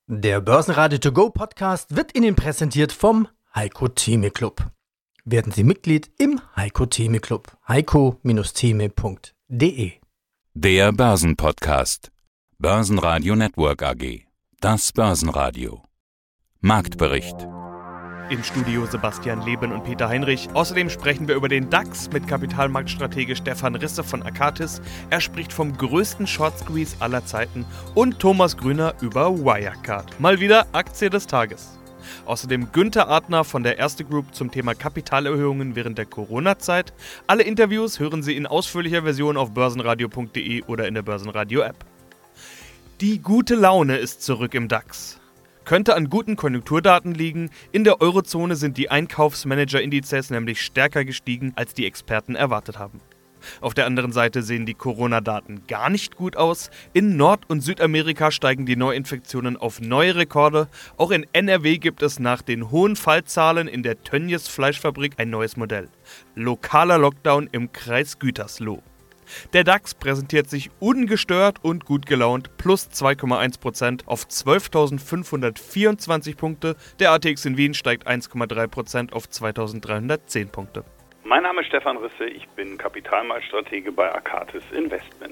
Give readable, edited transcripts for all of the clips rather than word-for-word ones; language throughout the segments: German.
Der Börsenradio To Go Podcast wird Ihnen präsentiert vom Heiko Theme Club. Werden Sie Mitglied im Heiko Theme Club. heiko-theme.de. Der Börsenpodcast. Börsenradio Network AG. Das Börsenradio. Marktbericht. Im Studio Sebastian Leben und Peter Heinrich. Außerdem sprechen wir über den DAX mit Kapitalmarktstratege Stefan Risse von Akatis. Er spricht vom größten Short Squeeze aller Zeiten. Und Thomas Grüner über Wirecard. Mal wieder Aktie des Tages. Außerdem Günther Adner von der Erste Group zum Thema Kapitalerhöhungen während der Corona-Zeit. Alle Interviews hören Sie in ausführlicher Version auf börsenradio.de oder in der Börsenradio-App. Die gute Laune ist zurück im DAX. Könnte an guten Konjunkturdaten liegen. In der Eurozone sind die Einkaufsmanager-Indizes nämlich stärker gestiegen, als die Experten erwartet haben. Auf der anderen Seite sehen die Corona-Daten gar nicht gut aus. In Nord- und Südamerika steigen die Neuinfektionen auf neue Rekorde. Auch in NRW gibt es nach den hohen Fallzahlen in der Tönnies Fleischfabrik ein neues Modell. Lokaler Lockdown im Kreis Gütersloh. Der DAX präsentiert sich ungestört und gut gelaunt, plus 2,1% auf 12.524 Punkte. Der ATX in Wien steigt 1,3% auf 2.310 Punkte. Mein Name ist Stefan Risse, ich bin Kapitalmarktstratege bei Akatis Investment.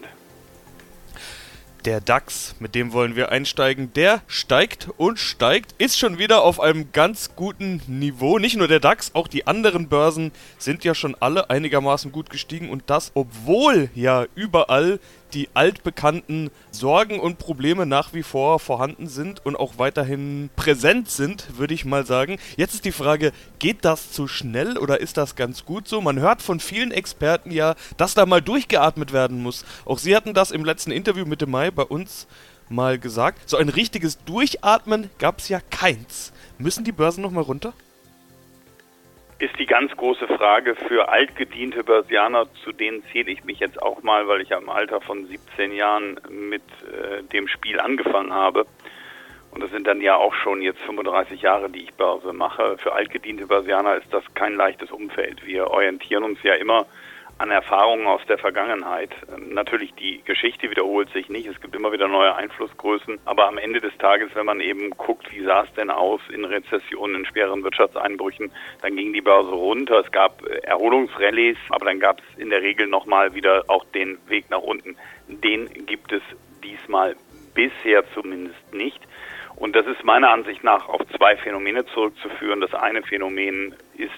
Der DAX, mit dem wollen wir einsteigen, der steigt und steigt, ist schon wieder auf einem ganz guten Niveau. Nicht nur der DAX, auch die anderen Börsen sind ja schon alle einigermaßen gut gestiegen und das, obwohl ja überall die altbekannten Sorgen und Probleme nach wie vor vorhanden sind und auch weiterhin präsent sind, würde ich mal sagen. Jetzt ist die Frage, geht das zu schnell oder ist das ganz gut so? Man hört von vielen Experten ja, dass da mal durchgeatmet werden muss. Auch Sie hatten das im letzten Interview Mitte Mai bei uns mal gesagt. So ein richtiges Durchatmen gab es ja keins. Müssen die Börsen nochmal runter? Ist die ganz große Frage für altgediente Börsianer, zu denen zähle ich mich jetzt auch mal, weil ich ja im Alter von 17 Jahren mit dem Spiel angefangen habe. Und das sind dann ja auch schon jetzt 35 Jahre, die ich Börse mache. Für altgediente Börsianer ist das kein leichtes Umfeld. Wir orientieren uns ja immer an Erfahrungen aus der Vergangenheit. Natürlich, die Geschichte wiederholt sich nicht, es gibt immer wieder neue Einflussgrößen, aber am Ende des Tages, wenn man eben guckt, wie sah es denn aus in Rezessionen, in schweren Wirtschaftseinbrüchen, dann ging die Börse runter, es gab Erholungsrallyes, aber dann gab es in der Regel nochmal wieder auch den Weg nach unten. Den gibt es diesmal bisher zumindest nicht. Und das ist meiner Ansicht nach auf zwei Phänomene zurückzuführen. Das eine Phänomen ist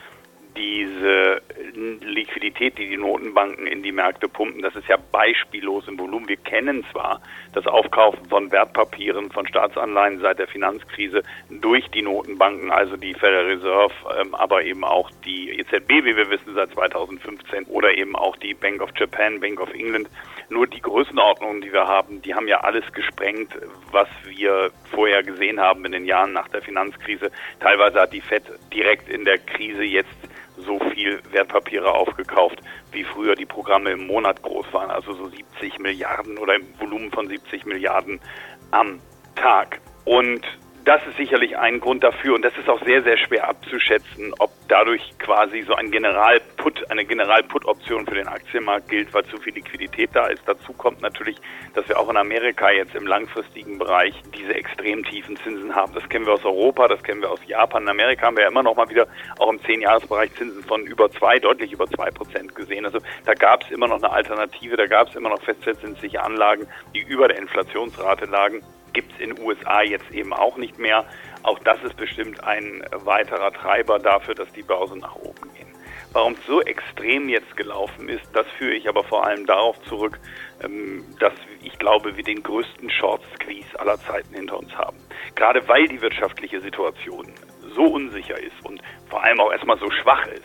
diese Liquidität, die die Notenbanken in die Märkte pumpen, das ist ja beispiellos im Volumen. Wir kennen zwar das Aufkaufen von Wertpapieren, von Staatsanleihen seit der Finanzkrise durch die Notenbanken, also die Federal Reserve, aber eben auch die EZB, wie wir wissen, seit 2015 oder eben auch die Bank of Japan, Bank of England. Nur die Größenordnungen, die wir haben, die haben ja alles gesprengt, was wir vorher gesehen haben in den Jahren nach der Finanzkrise. Teilweise hat die FED direkt in der Krise jetzt so viel Wertpapiere aufgekauft, wie früher die Programme im Monat groß waren, also so 70 Milliarden oder im Volumen von 70 Milliarden am Tag. Und das ist sicherlich ein Grund dafür und das ist auch sehr, sehr schwer abzuschätzen, ob dadurch quasi so eine General-Put-Option für den Aktienmarkt gilt, weil zu viel Liquidität da ist. Dazu kommt natürlich, dass wir auch in Amerika jetzt im langfristigen Bereich diese extrem tiefen Zinsen haben. Das kennen wir aus Europa, das kennen wir aus Japan. In Amerika haben wir ja immer noch mal wieder auch im 10-Jahres-Bereich Zinsen von deutlich über 2% gesehen. Also da gab es immer noch eine Alternative, da gab es immer noch festverzinsliche Anlagen, die über der Inflationsrate lagen. Gibt es in den USA jetzt eben auch nicht mehr. Auch das ist bestimmt ein weiterer Treiber dafür, dass die Börsen nach oben gehen. Warum es so extrem jetzt gelaufen ist, das führe ich aber vor allem darauf zurück, dass ich glaube, wir den größten Short Squeeze aller Zeiten hinter uns haben. Gerade weil die wirtschaftliche Situation so unsicher ist und vor allem auch erstmal so schwach ist,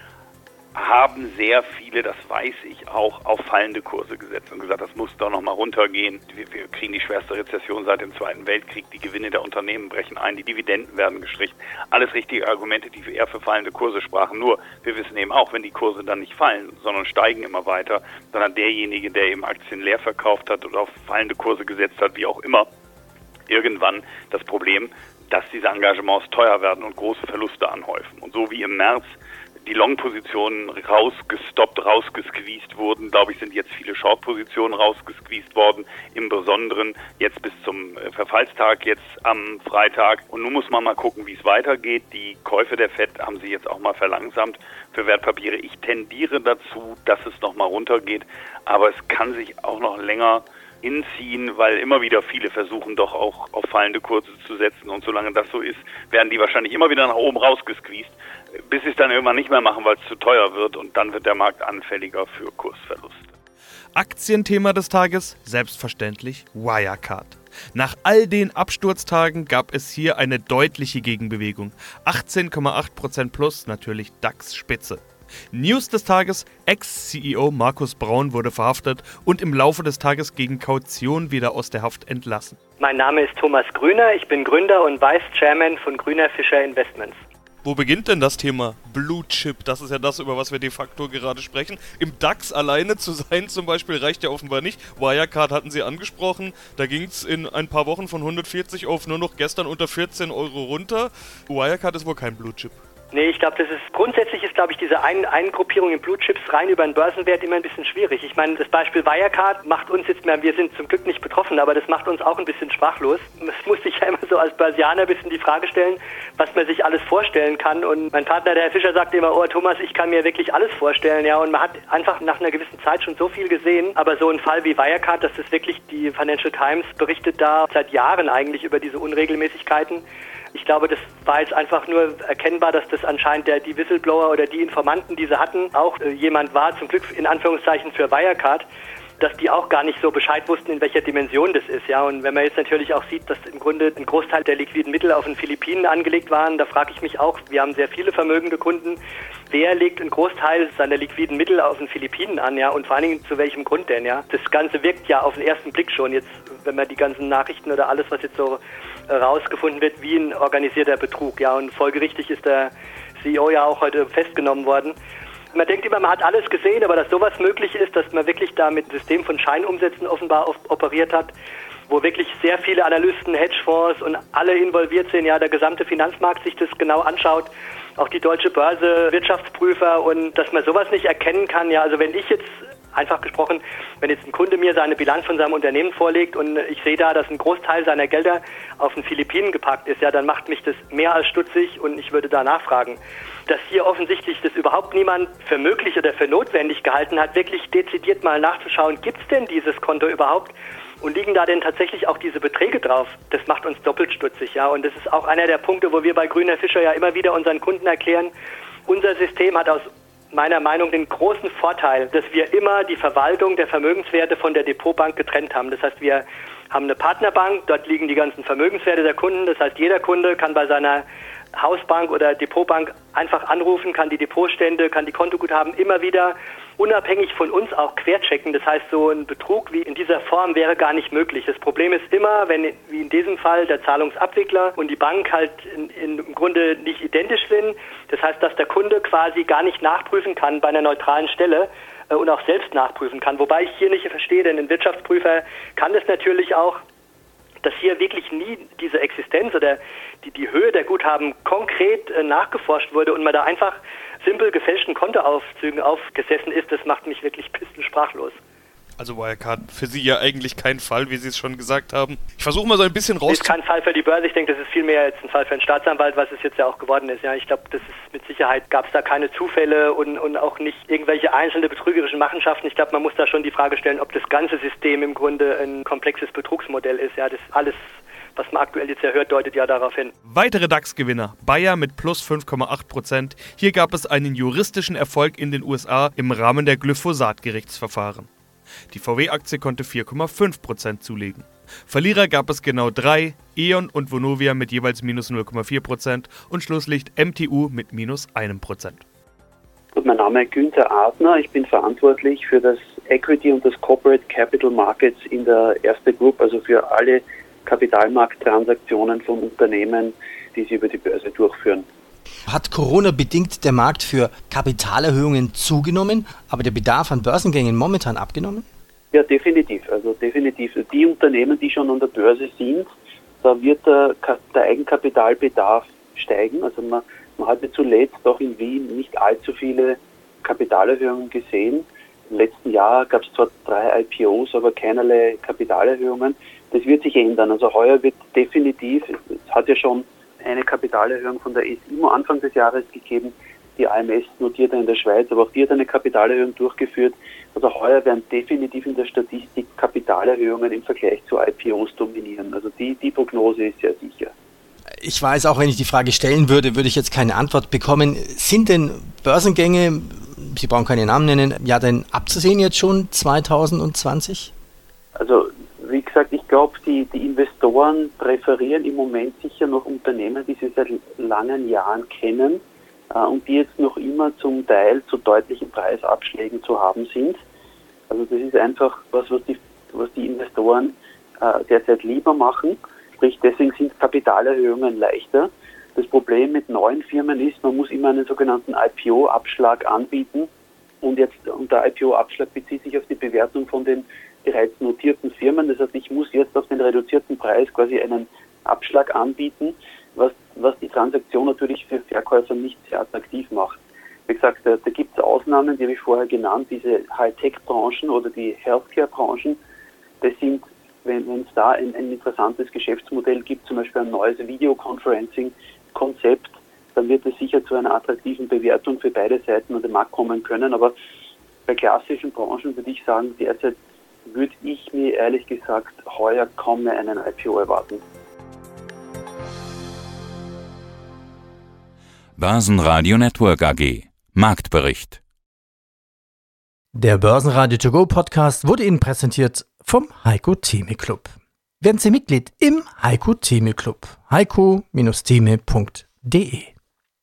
haben sehr viele, das weiß ich auch, auf fallende Kurse gesetzt und gesagt, das muss doch noch mal runtergehen. Wir kriegen die schwerste Rezession seit dem Zweiten Weltkrieg, die Gewinne der Unternehmen brechen ein, die Dividenden werden gestrichen. Alles richtige Argumente, die eher für fallende Kurse sprachen. Nur, wir wissen eben auch, wenn die Kurse dann nicht fallen, sondern steigen immer weiter, dann hat derjenige, der eben Aktien leer verkauft hat oder auf fallende Kurse gesetzt hat, wie auch immer, irgendwann das Problem, dass diese Engagements teuer werden und große Verluste anhäufen. Und so wie im März die Long-Positionen rausgesqueezed wurden, glaube ich, sind jetzt viele Short-Positionen rausgesqueezed worden, im Besonderen jetzt bis zum Verfallstag, jetzt am Freitag. Und nun muss man mal gucken, wie es weitergeht. Die Käufe der FED haben sich jetzt auch mal verlangsamt für Wertpapiere. Ich tendiere dazu, dass es nochmal runtergeht, aber es kann sich auch noch länger hinziehen, weil immer wieder viele versuchen doch auch auf fallende Kurse zu setzen und solange das so ist, werden die wahrscheinlich immer wieder nach oben rausgesqueezed, bis sie es dann irgendwann nicht mehr machen, weil es zu teuer wird und dann wird der Markt anfälliger für Kursverluste. Aktienthema des Tages, selbstverständlich Wirecard. Nach all den Absturztagen gab es hier eine deutliche Gegenbewegung. 18,8% plus, natürlich DAX-Spitze. News des Tages, Ex-CEO Markus Braun wurde verhaftet und im Laufe des Tages gegen Kaution wieder aus der Haft entlassen. Mein Name ist Thomas Grüner, ich bin Gründer und Vice Chairman von Grüner Fischer Investments. Wo beginnt denn das Thema Blue Chip? Das ist ja das, über was wir de facto gerade sprechen. Im DAX alleine zu sein zum Beispiel reicht ja offenbar nicht. Wirecard hatten Sie angesprochen. Da ging es in ein paar Wochen von 140 auf nur noch gestern unter 14 Euro runter. Wirecard ist wohl kein Blue Chip. Nee, ich glaube, grundsätzlich ist, glaube ich, diese Eingruppierung in Blue Chips rein über den Börsenwert immer ein bisschen schwierig. Ich meine, das Beispiel Wirecard macht uns jetzt mehr, wir sind zum Glück nicht betroffen, aber das macht uns auch ein bisschen sprachlos. Es muss sich ja immer so als Börsianer ein bisschen die Frage stellen, was man sich alles vorstellen kann. Und mein Partner, der Herr Fischer, sagt immer, oh Thomas, ich kann mir wirklich alles vorstellen. Ja, und man hat einfach nach einer gewissen Zeit schon so viel gesehen. Aber so ein Fall wie Wirecard, das ist wirklich, die Financial Times berichtet da seit Jahren eigentlich über diese Unregelmäßigkeiten. Ich glaube, das war jetzt einfach nur erkennbar, dass das anscheinend die Whistleblower oder die Informanten, die sie hatten, auch jemand war, zum Glück in Anführungszeichen für Wirecard, dass die auch gar nicht so Bescheid wussten, in welcher Dimension das ist. Ja, und wenn man jetzt natürlich auch sieht, dass im Grunde ein Großteil der liquiden Mittel auf den Philippinen angelegt waren, da frage ich mich auch, wir haben sehr viele vermögende Kunden, wer legt einen Großteil seiner liquiden Mittel auf den Philippinen an, ja, und vor allen Dingen zu welchem Grund denn, ja? Das Ganze wirkt ja auf den ersten Blick schon jetzt, wenn man die ganzen Nachrichten oder alles, was jetzt so rausgefunden wird, wie ein organisierter Betrug, ja, und folgerichtig ist der CEO ja auch heute festgenommen worden. Man denkt immer, man hat alles gesehen, aber dass sowas möglich ist, dass man wirklich da mit einem System von Scheinumsätzen offenbar operiert hat, wo wirklich sehr viele Analysten, Hedgefonds und alle involviert sind, ja, der gesamte Finanzmarkt sich das genau anschaut, auch die Deutsche Börse, Wirtschaftsprüfer, und dass man sowas nicht erkennen kann, ja, also wenn ich jetzt einfach gesprochen, wenn jetzt ein Kunde mir seine Bilanz von seinem Unternehmen vorlegt und ich sehe da, dass ein Großteil seiner Gelder auf den Philippinen geparkt ist, ja, dann macht mich das mehr als stutzig und ich würde da nachfragen. Dass hier offensichtlich das überhaupt niemand für möglich oder für notwendig gehalten hat, wirklich dezidiert mal nachzuschauen, gibt es denn dieses Konto überhaupt und liegen da denn tatsächlich auch diese Beträge drauf? Das macht uns doppelt stutzig, ja, und das ist auch einer der Punkte, wo wir bei Grüner Fischer ja immer wieder unseren Kunden erklären, unser System hat aus meiner Meinung den großen Vorteil, dass wir immer die Verwaltung der Vermögenswerte von der Depotbank getrennt haben. Das heißt, wir haben eine Partnerbank, dort liegen die ganzen Vermögenswerte der Kunden. Das heißt, jeder Kunde kann bei seiner Hausbank oder Depotbank einfach anrufen, kann die Depotstände, kann die Kontoguthaben immer wieder unabhängig von uns auch querchecken. Das heißt, so ein Betrug wie in dieser Form wäre gar nicht möglich. Das Problem ist immer, wenn wie in diesem Fall der Zahlungsabwickler und die Bank halt im Grunde nicht identisch sind. Das heißt, dass der Kunde quasi gar nicht nachprüfen kann bei einer neutralen Stelle und auch selbst nachprüfen kann. Wobei ich hier nicht verstehe, denn ein Wirtschaftsprüfer kann das natürlich auch, dass hier wirklich nie diese Existenz oder die Höhe der Guthaben konkret nachgeforscht wurde und man da einfach simpel gefälschten Kontoauszügen aufgesessen ist, das macht mich wirklich sprachlos. Also Wirecard für Sie ja eigentlich kein Fall, wie Sie es schon gesagt haben. Ich versuche mal so ein bisschen Das ist kein Fall für die Börse, ich denke, das ist vielmehr jetzt ein Fall für einen Staatsanwalt, was es jetzt ja auch geworden ist. Ja, ich glaube, das ist mit Sicherheit, gab es da keine Zufälle und auch nicht irgendwelche einzelne betrügerischen Machenschaften. Ich glaube, man muss da schon die Frage stellen, ob das ganze System im Grunde ein komplexes Betrugsmodell ist. Ja, das alles, was man aktuell jetzt ja hört, deutet ja darauf hin. Weitere DAX-Gewinner. Bayer mit plus 5,8%. Hier gab es einen juristischen Erfolg in den USA im Rahmen der Glyphosat-Gerichtsverfahren. Die VW-Aktie konnte 4,5% zulegen. Verlierer gab es genau 3, E.ON und Vonovia mit jeweils minus 0,4% und Schlusslicht MTU mit minus 1%. Mein Name ist Günther Adner, ich bin verantwortlich für das Equity und das Corporate Capital Markets in der Erste Group, also für alle Kapitalmarkttransaktionen von Unternehmen, die sie über die Börse durchführen. Hat Corona bedingt der Markt für Kapitalerhöhungen zugenommen, aber der Bedarf an Börsengängen momentan abgenommen? Ja, definitiv. Also definitiv. Die Unternehmen, die schon an der Börse sind, da wird der Eigenkapitalbedarf steigen. Also man Man hatte zuletzt auch in Wien nicht allzu viele Kapitalerhöhungen gesehen. Im letzten Jahr gab es zwar 3 IPOs, aber keinerlei Kapitalerhöhungen. Das wird sich ändern. Also heuer wird definitiv, es hat ja schon eine Kapitalerhöhung von der SIMO Anfang des Jahres gegeben. Die AMS notiert in der Schweiz, aber auch die hat eine Kapitalerhöhung durchgeführt. Also heuer werden definitiv in der Statistik Kapitalerhöhungen im Vergleich zu IPOs dominieren. Also die Prognose ist sehr sicher. Ich weiß, auch wenn ich die Frage stellen würde, würde ich jetzt keine Antwort bekommen. Sind denn Börsengänge, Sie brauchen keine Namen nennen, ja denn abzusehen jetzt schon 2020? Also wie gesagt, ich glaube, die Investoren präferieren im Moment sicher noch Unternehmen, die sie seit langen Jahren kennen und die jetzt noch immer zum Teil zu deutlichen Preisabschlägen zu haben sind. Also das ist einfach was die Investoren derzeit lieber machen. Sprich, deswegen sind Kapitalerhöhungen leichter. Das Problem mit neuen Firmen ist, man muss immer einen sogenannten IPO-Abschlag anbieten. Und der IPO-Abschlag bezieht sich auf die Bewertung von den bereits notierten Firmen. Das heißt, ich muss jetzt auf den reduzierten Preis quasi einen Abschlag anbieten, was die Transaktion natürlich für Verkäufer nicht sehr attraktiv macht. Wie gesagt, da gibt es Ausnahmen, die habe ich vorher genannt, diese Hightech-Branchen oder die Healthcare-Branchen. Das sind, wenn es da ein interessantes Geschäftsmodell gibt, zum Beispiel ein neues Videoconferencing-Konzept, dann wird es sicher zu einer attraktiven Bewertung für beide Seiten an den Markt kommen können. Aber bei klassischen Branchen würde ich sagen, derzeit würde ich mir ehrlich gesagt heuer kaum mehr einen IPO erwarten. Börsenradio Network AG. Marktbericht. Der Börsenradio To Go Podcast wurde Ihnen präsentiert vom Heiko Thieme Club. Werden Sie Mitglied im Heiko Thieme Club. heiko-thieme.de